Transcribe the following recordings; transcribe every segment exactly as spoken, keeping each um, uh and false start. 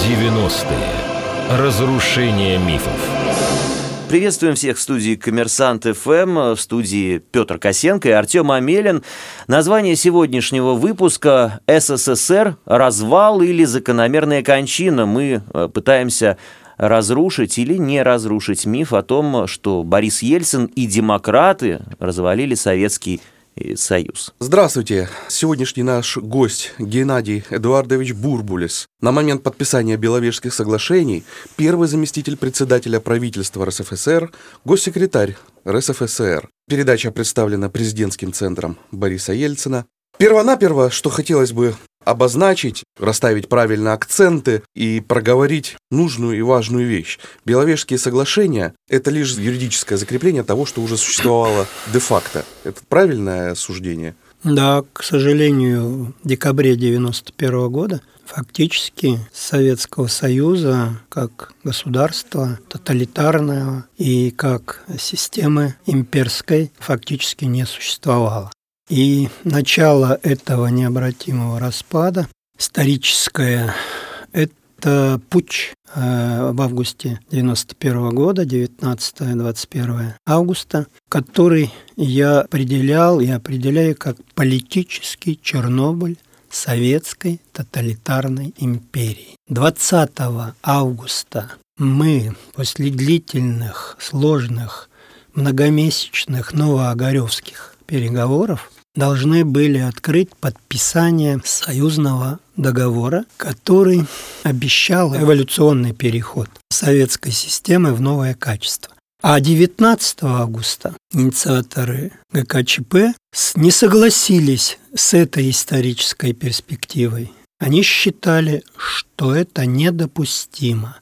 девяностые. Разрушение мифов. Приветствуем всех в студии «Коммерсант эф эм», в студии Петр Косенко и Артем Амелин. Название сегодняшнего выпуска «эс эс эс эр. Развал или закономерная кончина». Мы пытаемся разрушить или не разрушить миф о том, что Борис Ельцин и демократы развалили Советский Союз. Здравствуйте! Сегодняшний наш гость Геннадий Эдуардович Бурбулис. На момент подписания Беловежских соглашений первый заместитель председателя правительства эр эс эф эс эр, госсекретарь эр эс эф эс эр. Передача представлена президентским центром Бориса Ельцина. Первонаперво, что хотелось бы обозначить, расставить правильно акценты и проговорить нужную и важную вещь. Беловежские соглашения – это лишь юридическое закрепление того, что уже существовало де-факто. Это правильное суждение? Да, к сожалению, в декабре девяносто первого года фактически Советского Союза как государства тоталитарного и как системы имперской фактически не существовало. И начало этого необратимого распада историческое – это путч э, в августе девяносто первого года, девятнадцатого-двадцать первого августа, который я определял и определяю как политический Чернобыль советской тоталитарной империи. двадцатого августа мы после длительных, сложных, многомесячных новоогаревских переговоров должны были открыть подписание союзного договора, который обещал эволюционный переход советской системы в новое качество. А девятнадцатого августа инициаторы гэ ка че пэ не согласились с этой исторической перспективой. Они считали, что это недопустимо.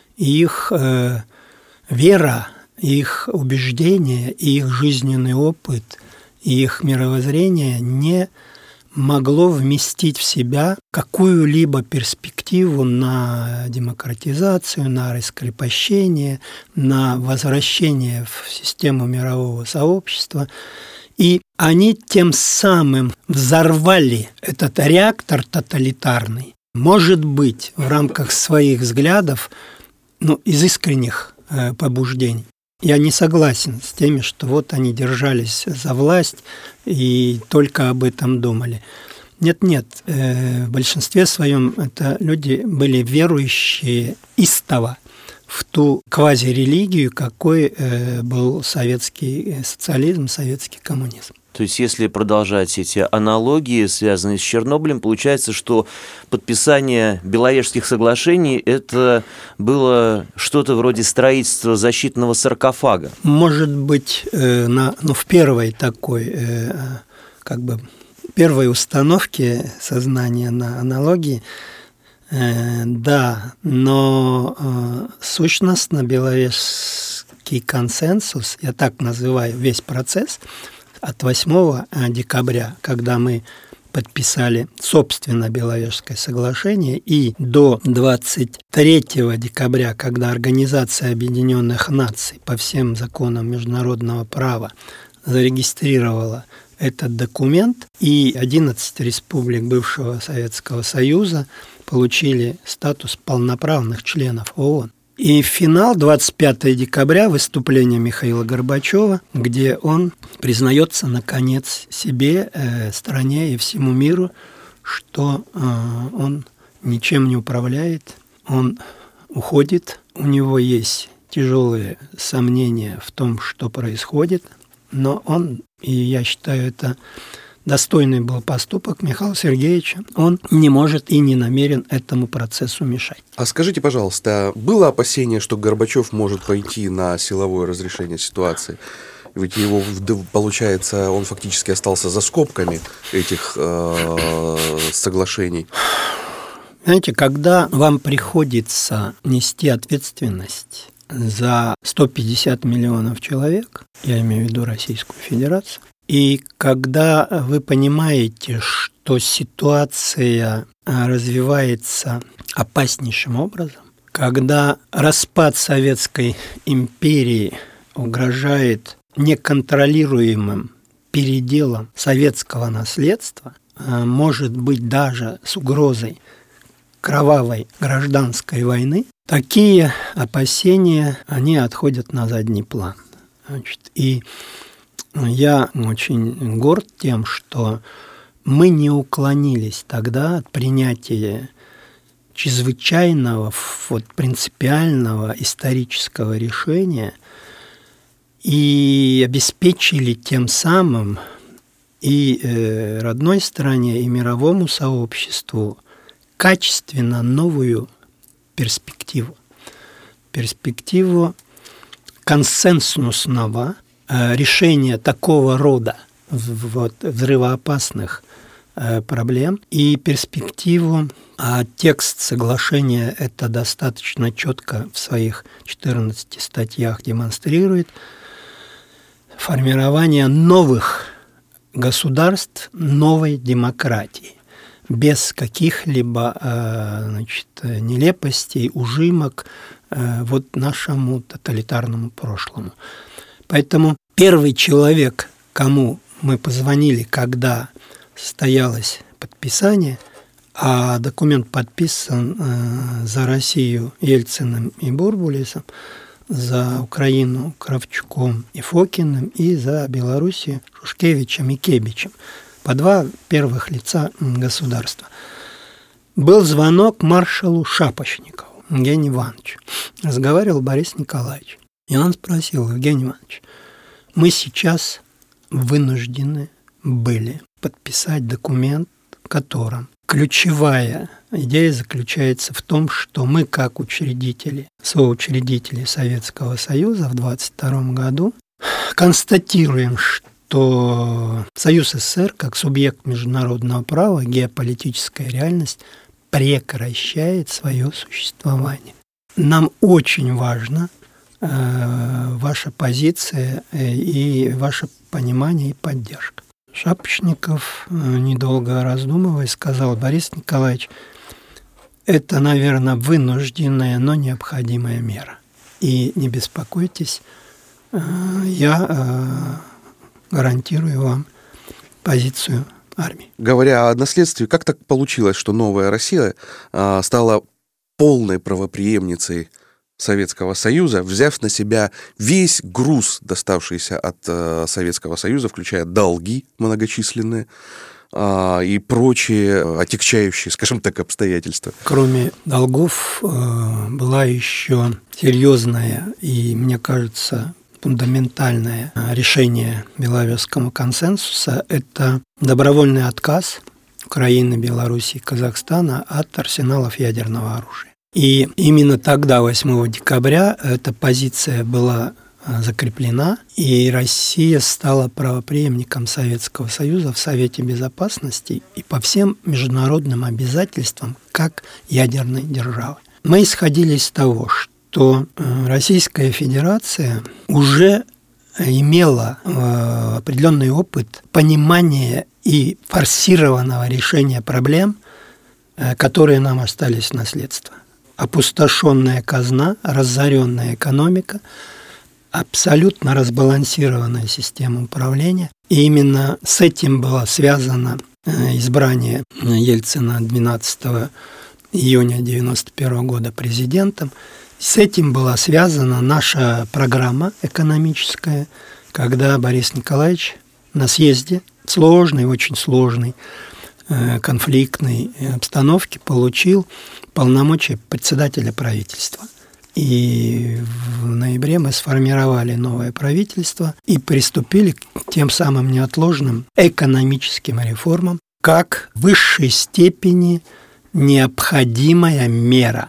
Их э, вера, их убеждения, их жизненный опыт – и их мировоззрение не могло вместить в себя какую-либо перспективу на демократизацию, на раскрепощение, на возвращение в систему мирового сообщества. И они тем самым взорвали этот реактор тоталитарный, может быть, в рамках своих взглядов, ну, из искренних э, побуждений. Я не согласен с теми, что вот они держались за власть и только об этом думали. Нет-нет, э, в большинстве своем это люди были верующие истово в ту квазирелигию, какой э, был советский социализм, советский коммунизм. То есть, если продолжать эти аналогии, связанные с Чернобылем, получается, что подписание Беловежских соглашений – это было что-то вроде строительства защитного саркофага. Может быть, э, на, ну, в первой такой, э, как бы, первой установке сознания на аналогии, э, да, но э, сущностно Беловежский консенсус, я так называю весь процесс, от восьмого декабря, когда мы подписали, собственно, Беловежское соглашение, и до двадцать третьего декабря, когда Организация Объединенных Наций по всем законам международного права зарегистрировала этот документ, и одиннадцать республик бывшего Советского Союза получили статус полноправных членов ООН. И финал двадцать пятого декабря, выступление Михаила Горбачева, где он признается, наконец, себе, э, стране и всему миру, что э, он ничем не управляет, он уходит, у него есть тяжелые сомнения в том, что происходит, но он, и я считаю, это достойный был поступок Михаила Сергеевича. Он не может и не намерен этому процессу мешать. А скажите, пожалуйста, было опасение, что Горбачев может пойти на силовое разрешение ситуации? Ведь его, получается, он фактически остался за скобками этих э, соглашений. Знаете, когда вам приходится нести ответственность за сто пятьдесят миллионов человек, я имею в виду Российскую Федерацию, и когда вы понимаете, что ситуация развивается опаснейшим образом, когда распад Советской империи угрожает неконтролируемым переделом советского наследства, может быть даже с угрозой кровавой гражданской войны, такие опасения, они отходят на задний план. Значит, и я очень горд тем, что мы не уклонились тогда от принятия чрезвычайного, вот, принципиального исторического решения и обеспечили тем самым и э, родной стране, и мировому сообществу качественно новую перспективу. Перспективу консенсусного э, решения такого рода вот, взрывоопасных э, проблем и перспективу, а текст соглашения это достаточно четко в своих четырнадцати статьях демонстрирует, формирование новых государств, новой демократии, без каких-либо значит, нелепостей, ужимок вот нашему тоталитарному прошлому. Поэтому первый человек, кому мы позвонили, когда состоялось подписание, а документ подписан за Россию Ельциным и Бурбулисом, за Украину Кравчуком и Фокиным и за Белоруссию Шушкевичем и Кебичем. По два первых лица государства. Был звонок маршалу Шапошникову Евгению Ивановичу. Разговаривал Борис Николаевич. И он спросил: Евгений Иванович, мы сейчас вынуждены были подписать документ, в котором ключевая идея заключается в том, что мы, как учредители, соучредители Советского Союза в двадцать втором году, констатируем, что Союз СССР, как субъект международного права, геополитическая реальность, прекращает свое существование. Нам очень важна э, ваша позиция и ваше понимание и поддержка. Шапошников, недолго раздумывая, сказал: Борис Николаевич, это, наверное, вынужденная, но необходимая мера. И не беспокойтесь, я гарантирую вам позицию армии. Говоря о наследстве, как так получилось, что новая Россия стала полной правопреемницей Советского Союза, взяв на себя весь груз, доставшийся от э, Советского Союза, включая долги многочисленные э, и прочие отягчающие, скажем так, обстоятельства? Кроме долгов э, была еще серьезная и, мне кажется, фундаментальное решение Беловежского консенсуса – это добровольный отказ Украины, Белоруссии и Казахстана от арсеналов ядерного оружия. И именно тогда, восьмого декабря, эта позиция была закреплена, и Россия стала правопреемником Советского Союза в Совете Безопасности и по всем международным обязательствам как ядерной державы. Мы исходили из того, что Российская Федерация уже имела определенный опыт понимания и форсированного решения проблем, которые нам остались в наследство. Опустошенная казна, разоренная экономика, абсолютно разбалансированная система управления. И именно с этим было связано избрание Ельцина двенадцатого июня девяносто первого года президентом. С этим была связана наша программа экономическая, когда Борис Николаевич на съезде в сложной, очень сложной, конфликтной обстановке получил полномочия председателя правительства. И в ноябре мы сформировали новое правительство и приступили к тем самым неотложным экономическим реформам, как в высшей степени необходимая мера.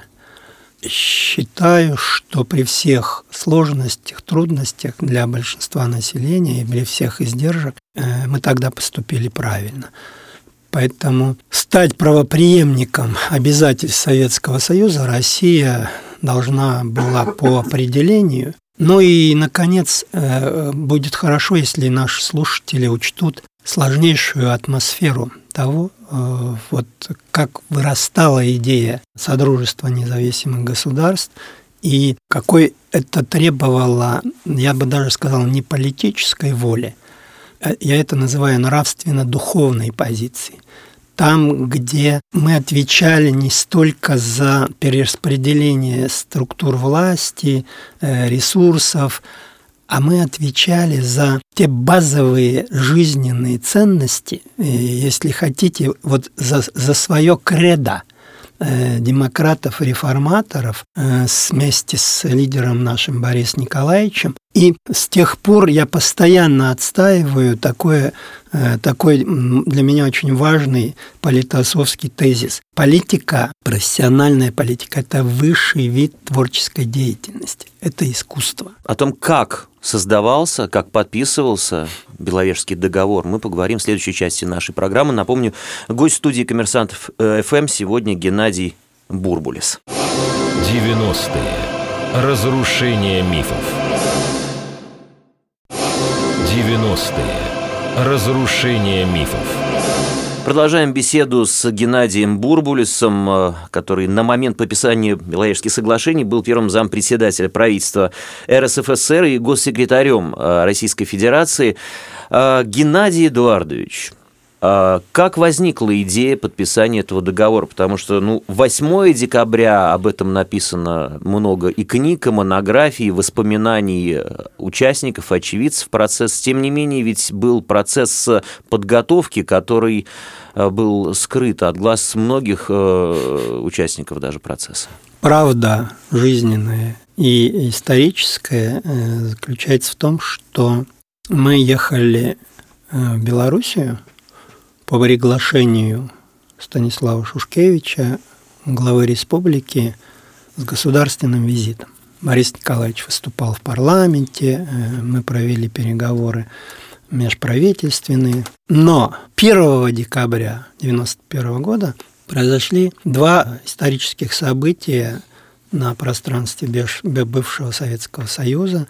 Считаю, что при всех сложностях, трудностях для большинства населения и при всех издержек мы тогда поступили правильно. Поэтому стать правопреемником обязательств Советского Союза Россия должна была по определению. Ну и, наконец, будет хорошо, если наши слушатели учтут сложнейшую атмосферу того, вот как вырастала идея Содружества независимых государств и какой это требовало, я бы даже сказал, не политической воли, я это называю нравственно-духовной позицией. там, где мы отвечали не столько за перераспределение структур власти, ресурсов, а мы отвечали за те базовые жизненные ценности, если хотите, вот за, за свое кредо демократов, реформаторов вместе с лидером нашим Борисом Николаевичем. И с тех пор я постоянно отстаиваю такое, такой для меня очень важный политософский тезис. Политика, профессиональная политика – это высший вид творческой деятельности. Это искусство. О том, как создавался, как подписывался Беловежский договор, мы поговорим в следующей части нашей программы. Напомню, гость студии «Коммерсантов эф эм» сегодня Геннадий Бурбулис. девяностые. Разрушение мифов. девяностые. Разрушение мифов. Продолжаем беседу с Геннадием Бурбулисом, который на момент подписания Беловежских соглашений был первым зампредседателя правительства эр эс эф эс эр и госсекретарем Российской Федерации. Геннадий Эдуардович, как возникла идея подписания этого договора? Потому что ну, восьмого декабря об этом написано много и книг, и монографий, и воспоминаний участников, очевидцев процесса. Тем не менее, ведь был процесс подготовки, который был скрыт от глаз многих участников даже процесса. Правда жизненная и историческая заключается в том, что мы ехали в Белоруссию по приглашению Станислава Шушкевича, главы республики, с государственным визитом. Борис Николаевич выступал в парламенте, мы провели переговоры межправительственные. Но первого декабря девяносто первого года произошли два исторических события на пространстве бывшего Советского Союза.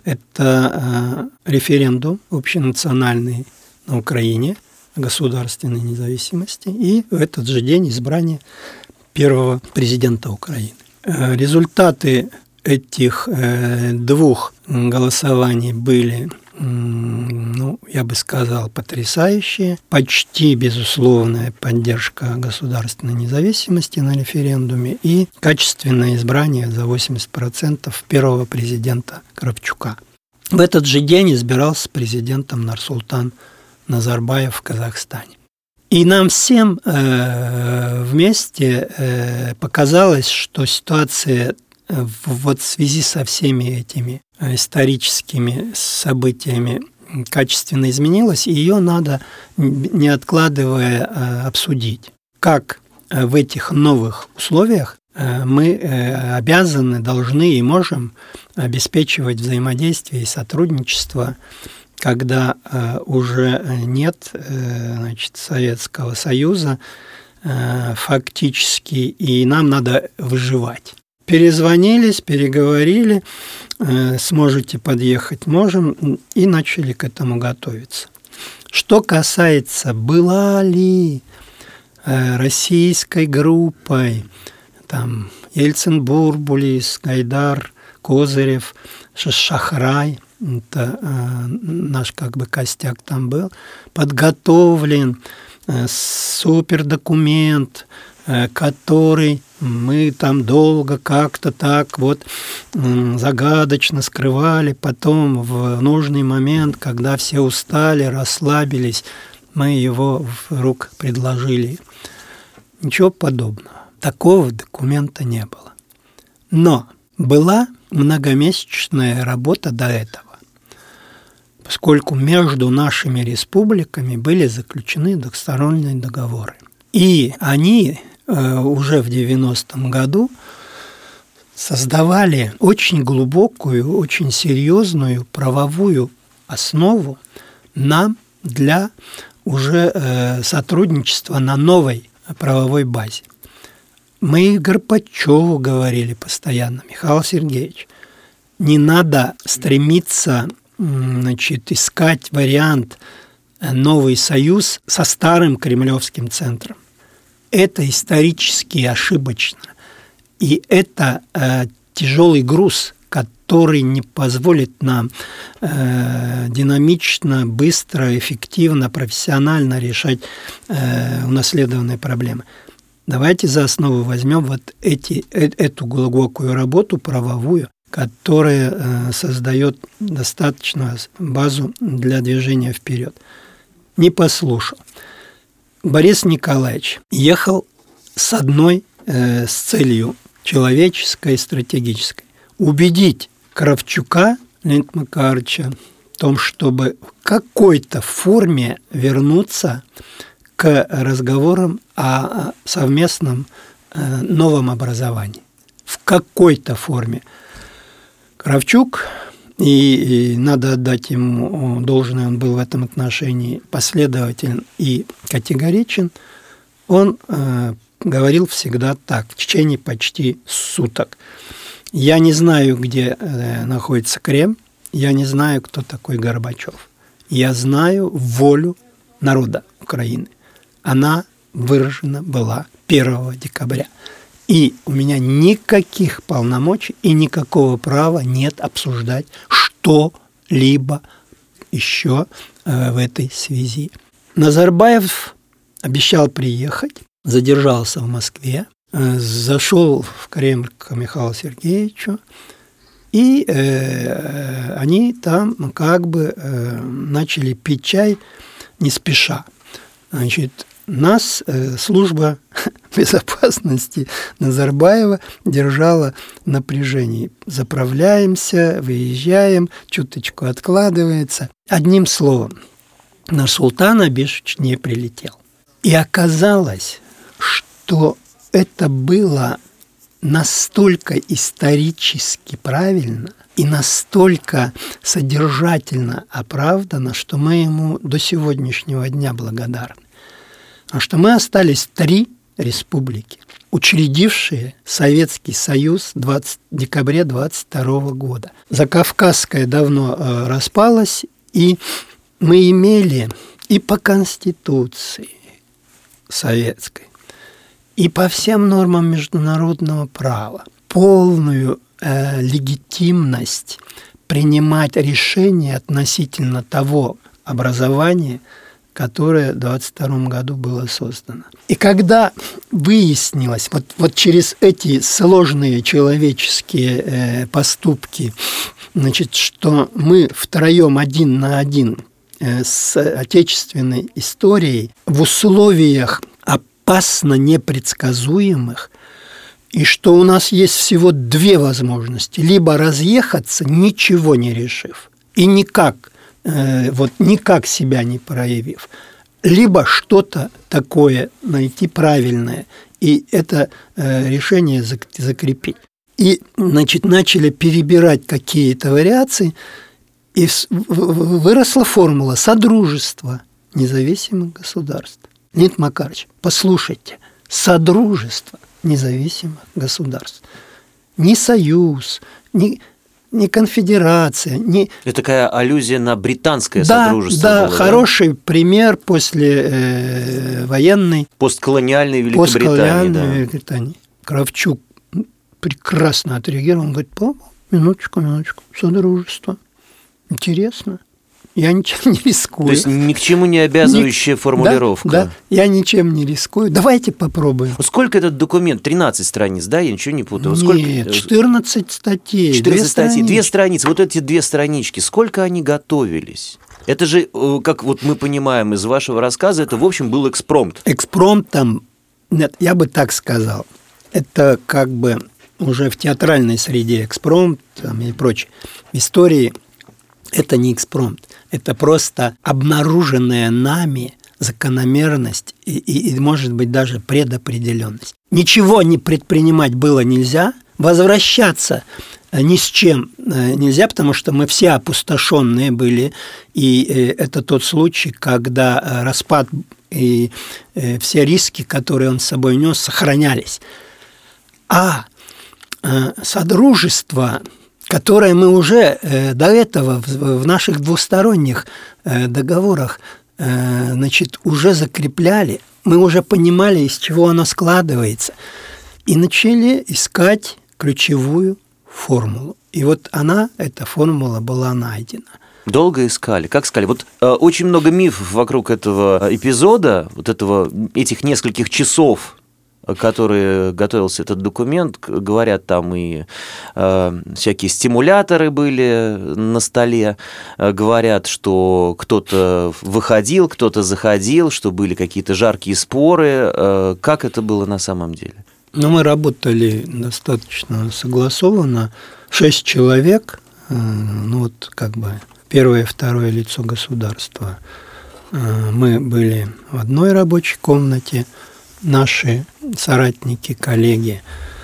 Это референдум общенациональный на Украине, государственной независимости, и в этот же день избрание первого президента Украины. Результаты этих двух голосований были, ну, я бы сказал, потрясающие. Почти безусловная поддержка государственной независимости на референдуме и качественное избрание за восемьдесят процентов первого президента Кравчука. В этот же день избирался президентом Нурсултан Назарбаев в Казахстане. И нам всем э, вместе э, показалось, что ситуация э, вот в связи со всеми этими историческими событиями качественно изменилась, и ее надо, не откладывая, э, обсудить. Как э, в этих новых условиях э, мы э, обязаны, должны и можем обеспечивать взаимодействие и сотрудничество, когда э, уже нет э, значит, Советского Союза э, фактически, и нам надо выживать. Перезвонились, переговорили, э, сможете подъехать, можем, и начали к этому готовиться. Что касается, была ли э, российской группой, там, Ельцин, Бурбулис, Гайдар, Козырев, Шахрай, это э, наш как бы костяк там был, подготовлен э, супердокумент, э, который мы там долго как-то так вот э, загадочно скрывали, потом в нужный момент, когда все устали, расслабились, мы его в рук предложили. Ничего подобного. Такого документа не было. Но была многомесячная работа до этого, поскольку между нашими республиками были заключены двусторонние договоры. И они э, уже в девяностом году создавали очень глубокую, очень серьезную правовую основу нам для уже э, сотрудничества на новой правовой базе. Мы Горбачеву говорили постоянно: Михаил Сергеевич, не надо стремиться, значит, искать вариант новый союз со старым кремлевским центром. Это исторически ошибочно. И это э, тяжелый груз, который не позволит нам э, динамично, быстро, эффективно, профессионально решать э, унаследованные проблемы. Давайте за основу возьмем вот эти, э, эту глубокую работу правовую, которая э, создает достаточную базу для движения вперед. Не послушал. Борис Николаевич ехал с одной э, с целью человеческой и стратегической. Убедить Кравчука Леонида Макаровича в том, чтобы в какой-то форме вернуться к разговорам о совместном э, новом образовании. В какой-то форме. Кравчук, и, и надо отдать ему должное, он был в этом отношении последователен и категоричен, он э, говорил всегда так, в течение почти суток. Я не знаю, где э, находится Кремль, я не знаю, кто такой Горбачев. Я знаю волю народа Украины. Она выражена была первого декабря. И у меня никаких полномочий и никакого права нет обсуждать что-либо еще э, в этой связи. Назарбаев обещал приехать, задержался в Москве, э, зашел в Кремль к Михаилу Сергеевичу, и э, они там как бы э, начали пить чай не спеша. Значит, нас э, служба безопасности Назарбаева держала в напряжении. Заправляемся, выезжаем, чуточку откладывается. Одним словом, Нурсултан Абишевич не прилетел. И оказалось, что это было настолько исторически правильно и настолько содержательно оправдано, что мы ему до сегодняшнего дня благодарны. Потому что мы остались три республики, учредившие Советский Союз в декабре двадцать второго года. Закавказская давно э, распалась, и мы имели и по Конституции советской, и по всем нормам международного права полную э, легитимность принимать решения относительно того образования, которое в двадцать втором году было создано. И когда выяснилось, вот, вот через эти сложные человеческие э, поступки, значит, что мы втроем один на один э, с отечественной историей в условиях опасно непредсказуемых, и что у нас есть всего две возможности. Либо разъехаться, ничего не решив, и никак вот никак себя не проявив, либо что-то такое найти правильное, и это э, решение закрепить. И, значит, начали перебирать какие-то вариации, и выросла формула содружества независимых государств. Леонид Макарович, послушайте, содружество независимых государств. Не союз, не... не конфедерация, не... Это такая аллюзия на британское да, содружество. Да, было, хороший да? пример после э, военной... Постколониальной Великобритании. Постколониальной да. Великобритании. Кравчук прекрасно отреагировал. Он говорит, по минуточку, минуточку, содружество. Интересно. Я ничем не рискую. То есть ни к чему не обязывающая ни... формулировка. Да, да, я ничем не рискую. Давайте попробуем. Сколько этот документ? тринадцать страниц, да? Я ничего не путаю. Сколько... Нет, четырнадцать статей. четырнадцать статей, две страницы. Вот эти две странички, сколько они готовились? Это же, как вот мы понимаем из вашего рассказа, это, в общем, был экспромт. Экспромтом, нет, я бы так сказал. Это как бы уже в театральной среде экспромт там, и прочее. В истории это не экспромт. Это просто обнаруженная нами закономерность и, и, и, может быть, даже предопределенность. Ничего не предпринимать было нельзя, возвращаться ни с чем нельзя, потому что мы все опустошенные были, и это тот случай, когда распад и все риски, которые он с собой нес, сохранялись. А содружество, которое мы уже до этого в наших двусторонних договорах, значит, уже закрепляли, мы уже понимали, из чего оно складывается, и начали искать ключевую формулу. И вот она, эта формула была найдена. Долго искали? Как искали? Вот э, очень много мифов вокруг этого эпизода, вот этого, этих нескольких часов, которые готовился этот документ. Говорят, там и э, всякие стимуляторы были на столе. Говорят, что кто-то выходил, кто-то заходил, что были какие-то жаркие споры. Э, как это было на самом деле? Ну, мы работали достаточно согласованно. Шесть человек, э, ну вот как бы первое и второе лицо государства. Э, мы были в одной рабочей комнате. Наши соратники, коллеги,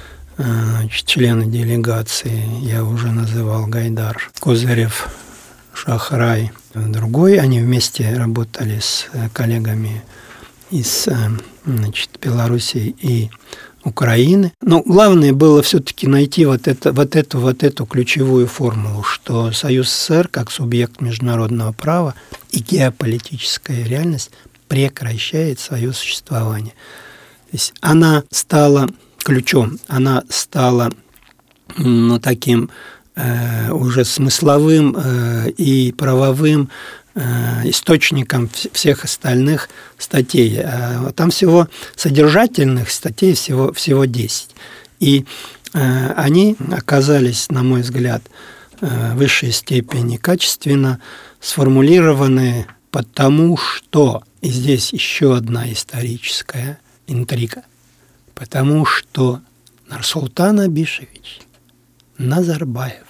члены делегации, я уже называл Гайдар, Козырев, Шахрай, другой. Они вместе работали с коллегами из, значит, Белоруссии и Украины. Но главное было все-таки найти вот, это, вот, эту, вот эту ключевую формулу, что Союз СССР как субъект международного права и геополитическая реальность прекращает свое существование. То есть она стала ключом, она стала ну, таким э, уже смысловым э, и правовым э, источником всех остальных статей. А там всего содержательных статей всего, всего десять. И э, они оказались, на мой взгляд, э, в высшей степени качественно сформулированы, потому что, и здесь еще одна историческая интрига, потому что Нурсултан Абишевич Назарбаев,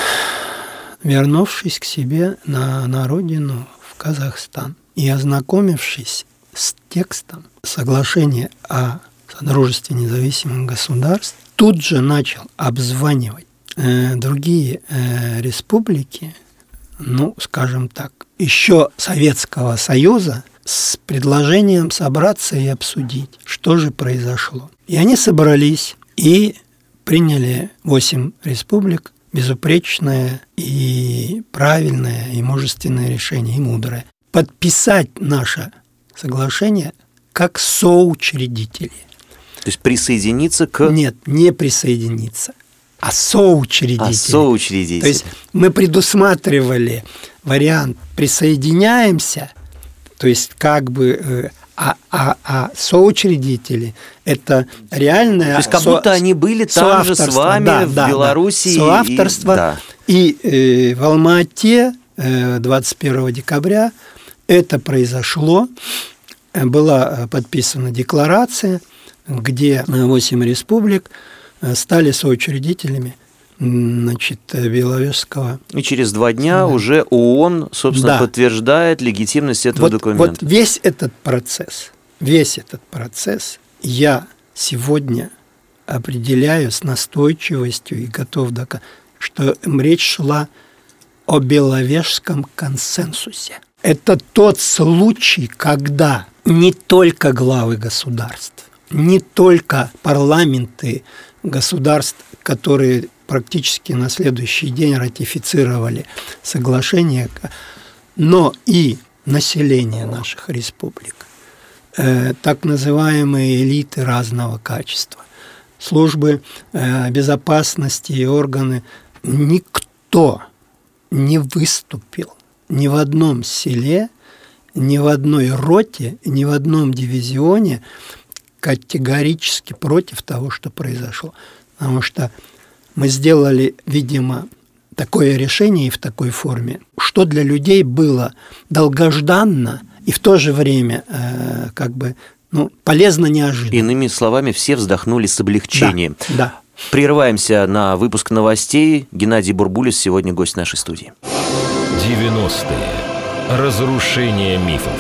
вернувшись к себе на, на родину, в Казахстан, и ознакомившись с текстом соглашения о Содружестве независимых государств, тут же начал обзванивать э, другие э, республики, ну, скажем так, еще Советского Союза, с предложением собраться и обсудить, что же произошло. И они собрались и приняли восемь республик, безупречное и правильное, и мужественное решение, и мудрое. Подписать наше соглашение как соучредители. То есть присоединиться к... Нет, не присоединиться, а соучредители. А соучредители. То есть мы предусматривали вариант «присоединяемся», то есть как бы, а, а, а соучредители – это реальное… То есть как будто со, они были там же с вами, да, в да, Белоруссии. Да, соавторство. И, да. и э, в Алма-Ате э, двадцать первого декабря это произошло. Была подписана декларация, где восемь республик стали соучредителями, значит, Беловежского. И через два дня да. уже ООН, собственно, да. подтверждает легитимность этого вот, документа. Вот весь этот процесс, весь этот процесс я сегодня определяю с настойчивостью и готов доказать, что речь шла о Беловежском консенсусе. Это тот случай, когда не только главы государств, не только парламенты государств, которые практически на следующий день ратифицировали соглашение, но и население наших республик, э, так называемые элиты разного качества, службы э, безопасности и органы, никто не выступил ни в одном селе, ни в одной роте, ни в одном дивизионе категорически против того, что произошло. Потому что мы сделали, видимо, такое решение и в такой форме, что для людей было долгожданно и в то же время э, как бы ну, полезно неожиданно. Иными словами, все вздохнули с облегчением. Да, да. Прерываемся на выпуск новостей. Геннадий Бурбулис сегодня гость нашей студии. девяностые. Разрушение мифов.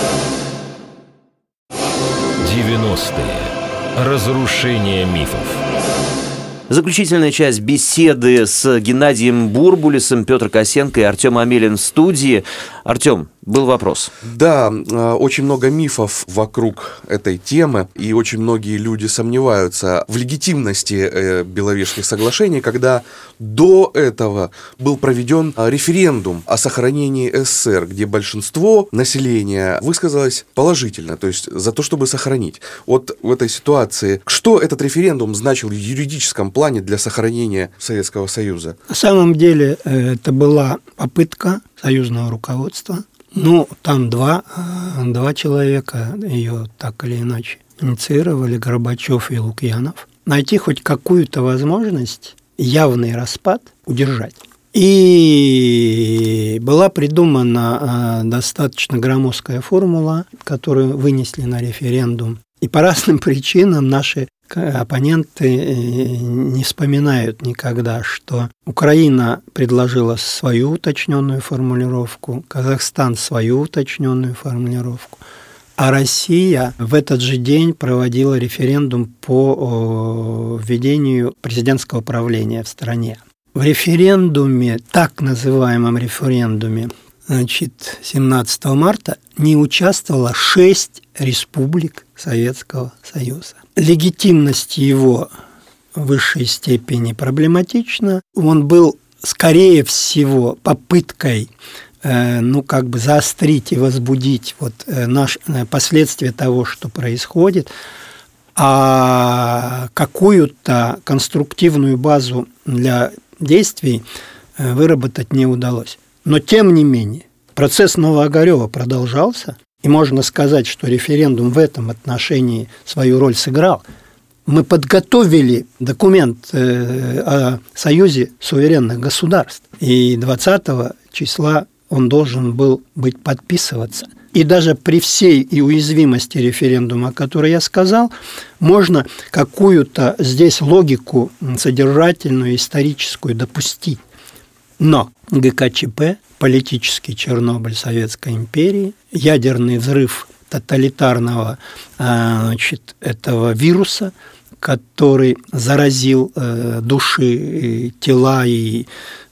девяностые. Разрушение мифов. Заключительная часть беседы с Геннадием Бурбулисом, Петр Косенко и Артем Амелин в студии. Артем, был вопрос. Да, очень много мифов вокруг этой темы, и очень многие люди сомневаются в легитимности Беловежских соглашений, когда до этого был проведен референдум о сохранении СССР, где большинство населения высказалось положительно, то есть за то, чтобы сохранить. Вот в этой ситуации, что этот референдум значил в юридическом плане для сохранения Советского Союза? На самом деле это была попытка союзного руководства. Ну, там два, два человека ее так или иначе инициировали, Горбачев и Лукьянов, найти хоть какую-то возможность явный распад удержать. И была придумана достаточно громоздкая формула, которую вынесли на референдум. И по разным причинам наши оппоненты не вспоминают никогда, что Украина предложила свою уточненную формулировку, Казахстан свою уточненную формулировку, а Россия в этот же день проводила референдум по введению президентского правления в стране. В референдуме, так называемом референдуме, значит, семнадцатого марта не участвовало шесть республик Советского Союза. Легитимность его в высшей степени проблематична. Он был, скорее всего, попыткой э, ну, как бы заострить и возбудить вот, э, наш, э, последствия того, что происходит, а какую-то конструктивную базу для действий э, выработать не удалось. Но, тем не менее, процесс Новоогарева продолжался, и можно сказать, что референдум в этом отношении свою роль сыграл. Мы подготовили документ о Союзе суверенных государств, и двадцатого числа он должен был быть подписываться. И даже при всей и уязвимости референдума, о которой я сказал, можно какую-то здесь логику содержательную, историческую допустить. Но ГКЧП, политический Чернобыль Советской империи, ядерный взрыв тоталитарного значит, этого вируса, который заразил души, тела и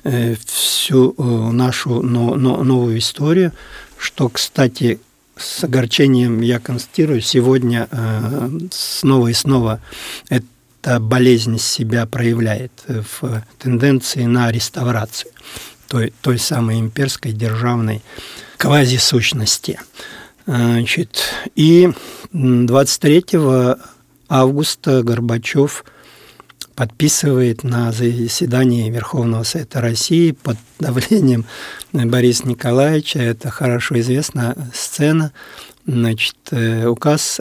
всю нашу новую историю, что, кстати, с огорчением я констатирую, сегодня снова и снова это эта болезнь себя проявляет в тенденции на реставрацию той, той самой имперской державной квазисущности. Значит, и двадцать третьего августа Горбачев подписывает на заседании Верховного Совета России под давлением Бориса Николаевича, это хорошо известная сцена, значит, указ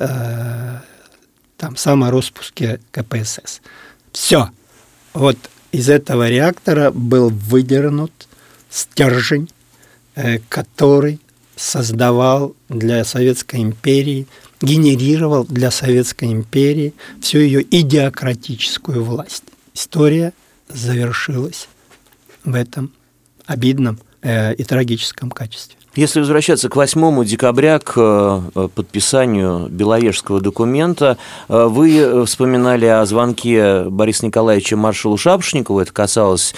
там, самороспуске ка пэ эс эс. Все. Вот из этого реактора был выдернут стержень, который создавал для Советской империи, генерировал для Советской империи всю ее идеократическую власть. История завершилась в этом обидном э, и трагическом качестве. Если возвращаться к восьмому декабря, к подписанию Беловежского документа, вы вспоминали о звонке Бориса Николаевича маршалу Шапошникову. Это касалось,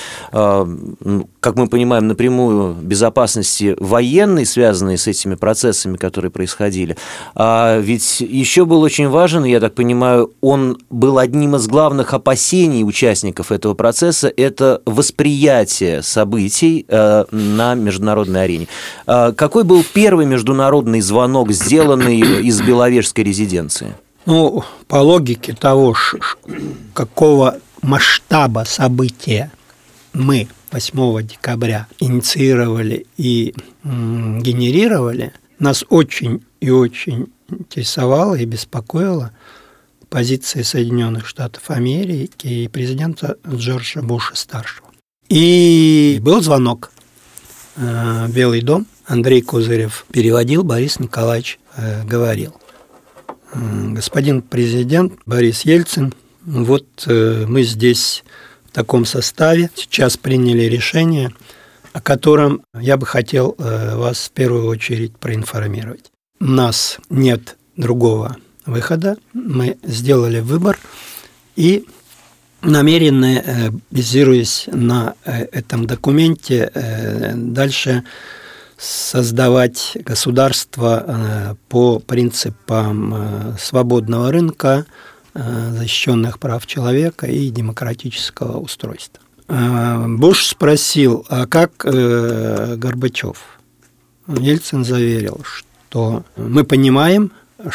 как мы понимаем, напрямую безопасности военной, связанной с этими процессами, которые происходили. А ведь еще был очень важен, я так понимаю, он был одним из главных опасений участников этого процесса, это восприятие событий на международной арене. Какой был первый международный звонок, сделанный из Беловежской резиденции? Ну, по логике того, какого масштаба события мы восьмого декабря инициировали и генерировали, нас очень и очень интересовала и беспокоила позиция Соединенных Штатов Америки и президента Джорджа Буша-старшего. И был звонок в Белый дом. Андрей Козырев переводил, Борис Николаевич э, говорил: господин президент Борис Ельцин, вот э, мы здесь в таком составе сейчас приняли решение, о котором я бы хотел э, вас в первую очередь проинформировать. У нас нет другого выхода, мы сделали выбор и намерены, э, базируясь на э, этом документе, э, дальше создавать государство по принципам свободного рынка, защищенных прав человека и демократического устройства. Буш спросил, а как Горбачев? Ельцин заверил, что мы понимаем,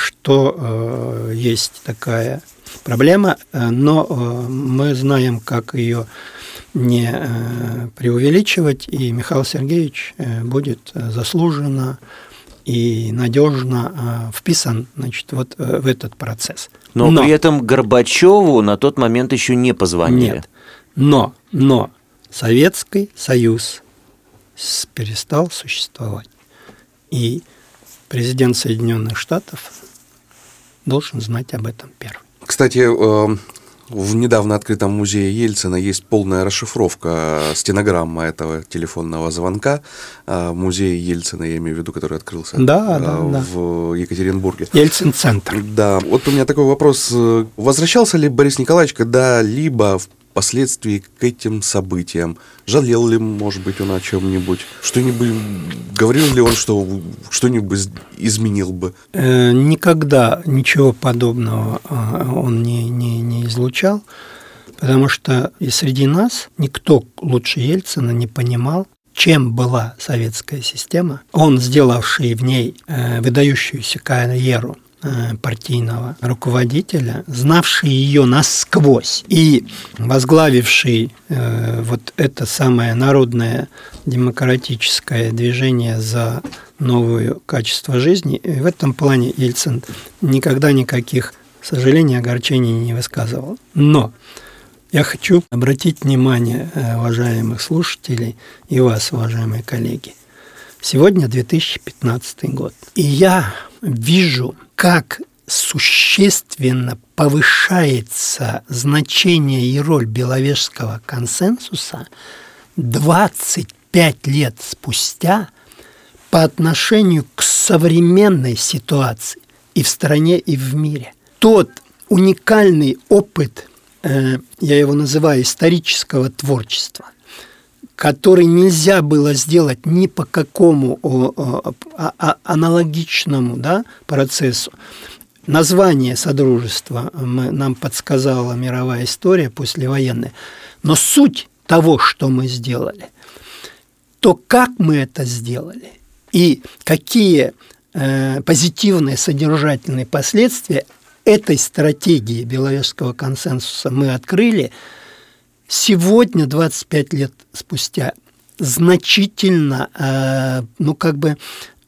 что есть такая проблема, но мы знаем, как ее не преувеличивать, и Михаил Сергеевич будет заслуженно и надежно вписан, значит, вот в этот процесс. Но, но при этом Горбачеву на тот момент еще не позвонили. Нет. Но, но Советский Союз перестал существовать. И президент Соединенных Штатов должен знать об этом первым. Кстати, в недавно открытом музее Ельцина есть полная расшифровка стенограммы этого телефонного звонка. Музей Ельцина, я имею в виду, который открылся да, да, в да. Екатеринбурге. Ельцин-центр. Да. Вот у меня такой вопрос. Возвращался ли Борис Николаевич когда-либо впоследствии к этим событиям? Жалел ли, может быть, он о чем-нибудь? Что-нибудь говорил ли он, что что-нибудь изменил бы? Никогда ничего подобного он не, не, не излучал, потому что и среди нас никто лучше Ельцина не понимал, чем была советская система. Он, сделавший в ней выдающуюся карьеру партийного руководителя, знавший ее насквозь и возглавивший э, вот это самое народное демократическое движение за новое качество жизни, и в этом плане Ельцин никогда никаких сожалений, огорчений не высказывал. Но я хочу обратить внимание уважаемых слушателей и вас, уважаемые коллеги. Сегодня две тысячи пятнадцатый год, и я вижу, как существенно повышается значение и роль Беловежского консенсуса двадцать пять лет спустя по отношению к современной ситуации и в стране, и в мире. Тот уникальный опыт, э, я его называю исторического творчества, который нельзя было сделать ни по какому о, о, о, аналогичному, да, процессу. Название Содружества мы, нам подсказала мировая история послевоенная. Но суть того, что мы сделали, то, как мы это сделали и какие э, позитивные содержательные последствия этой стратегии Беловежского консенсуса мы открыли, сегодня, двадцать пять лет спустя, значительно, э, ну, как бы,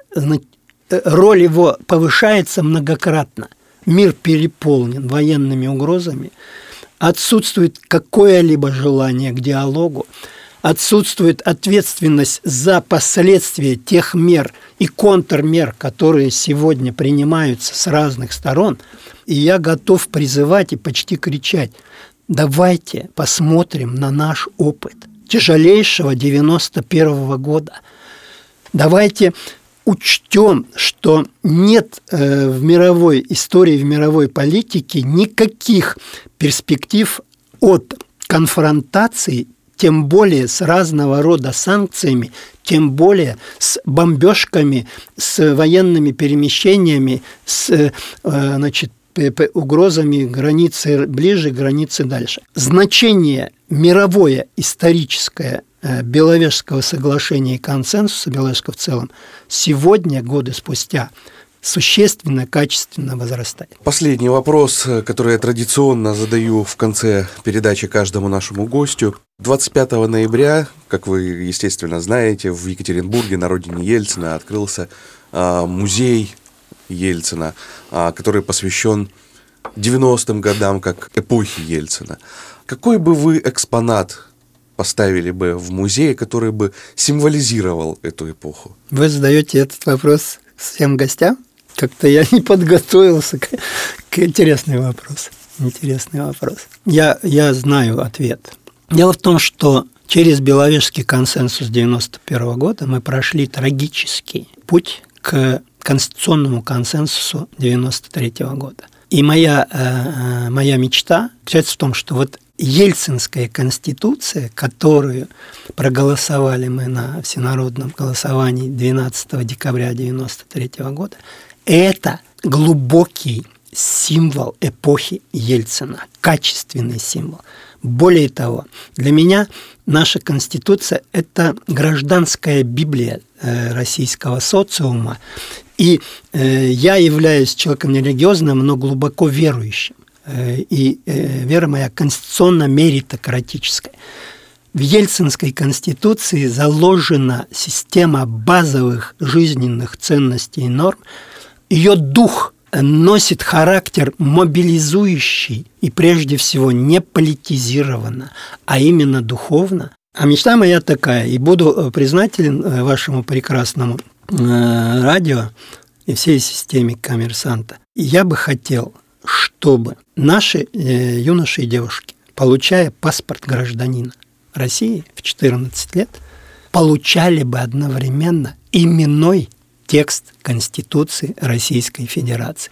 роль его повышается многократно. Мир переполнен военными угрозами, отсутствует какое-либо желание к диалогу, отсутствует ответственность за последствия тех мер и контрмер, которые сегодня принимаются с разных сторон. И я готов призывать и почти кричать: давайте посмотрим на наш опыт тяжелейшего девяносто первого года. Давайте учтем, что нет э, в мировой истории, в мировой политике никаких перспектив от конфронтации, тем более с разного рода санкциями, тем более с бомбежками, с военными перемещениями, с э, значит, угрозами границы ближе, границы дальше. Значение мировое, историческое Беловежского соглашения и консенсуса, Беловежского в целом, сегодня, годы спустя, существенно, качественно возрастает. Последний вопрос, который я традиционно задаю в конце передачи каждому нашему гостю. двадцать пятого ноября, как вы, естественно, знаете, в Екатеринбурге, на родине Ельцина, открылся а, музей Ельцина, а, который посвящен девяностым годам, как эпохи Ельцина. Какой бы вы экспонат поставили бы в музее, который бы символизировал эту эпоху? Вы задаете этот вопрос всем гостям? Как-то я не подготовился к, к интересный вопрос. Интересный вопрос. Я, я знаю ответ. Дело в том, что через Беловежский консенсус девяносто первого года мы прошли трагический путь к конституционному консенсусу девяносто третьего года. И моя, э, моя мечта заключается в том, что вот Ельцинская конституция, которую проголосовали мы на всенародном голосовании двенадцатого декабря девяносто третьего года, это глубокий символ эпохи Ельцина, качественный символ. Более того, для меня наша Конституция – это гражданская Библия э, российского социума, и э, я являюсь человеком нерелигиозным, но глубоко верующим, э, и э, вера моя конституционно-меритократическая. В Ельцинской Конституции заложена система базовых жизненных ценностей и норм, ее дух носит характер мобилизующий и прежде всего не политизированно, а именно духовно. А мечта моя такая, и буду признателен вашему прекрасному радио и всей системе «Коммерсанта». Я бы хотел, чтобы наши юноши и девушки, получая паспорт гражданина России в четырнадцать лет, получали бы одновременно именной текст Конституции Российской Федерации.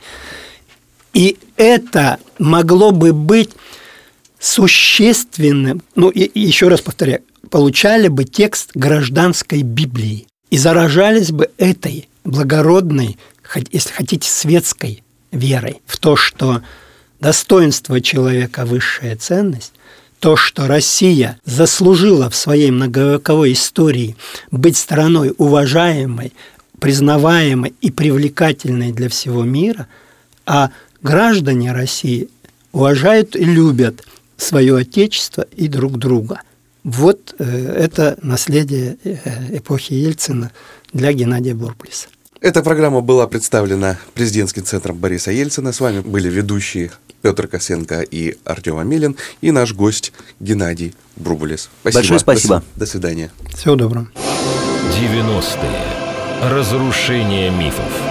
И это могло бы быть существенным, ну, и, и еще раз повторяю, получали бы текст гражданской Библии и заражались бы этой благородной, если хотите, светской верой в то, что достоинство человека – высшая ценность, то, что Россия заслужила в своей многовековой истории быть страной уважаемой, признаваемой и привлекательной для всего мира, а граждане России уважают и любят свое отечество и друг друга. Вот э, это наследие э, эпохи Ельцина для Геннадия Бурбулиса. Эта программа была представлена президентским центром Бориса Ельцина. С вами были ведущие Петр Косенко и Артем Амелин, и наш гость Геннадий Бурбулис. Спасибо. Большое спасибо. До, до свидания. Всего доброго. девяностые. Разрушение мифов.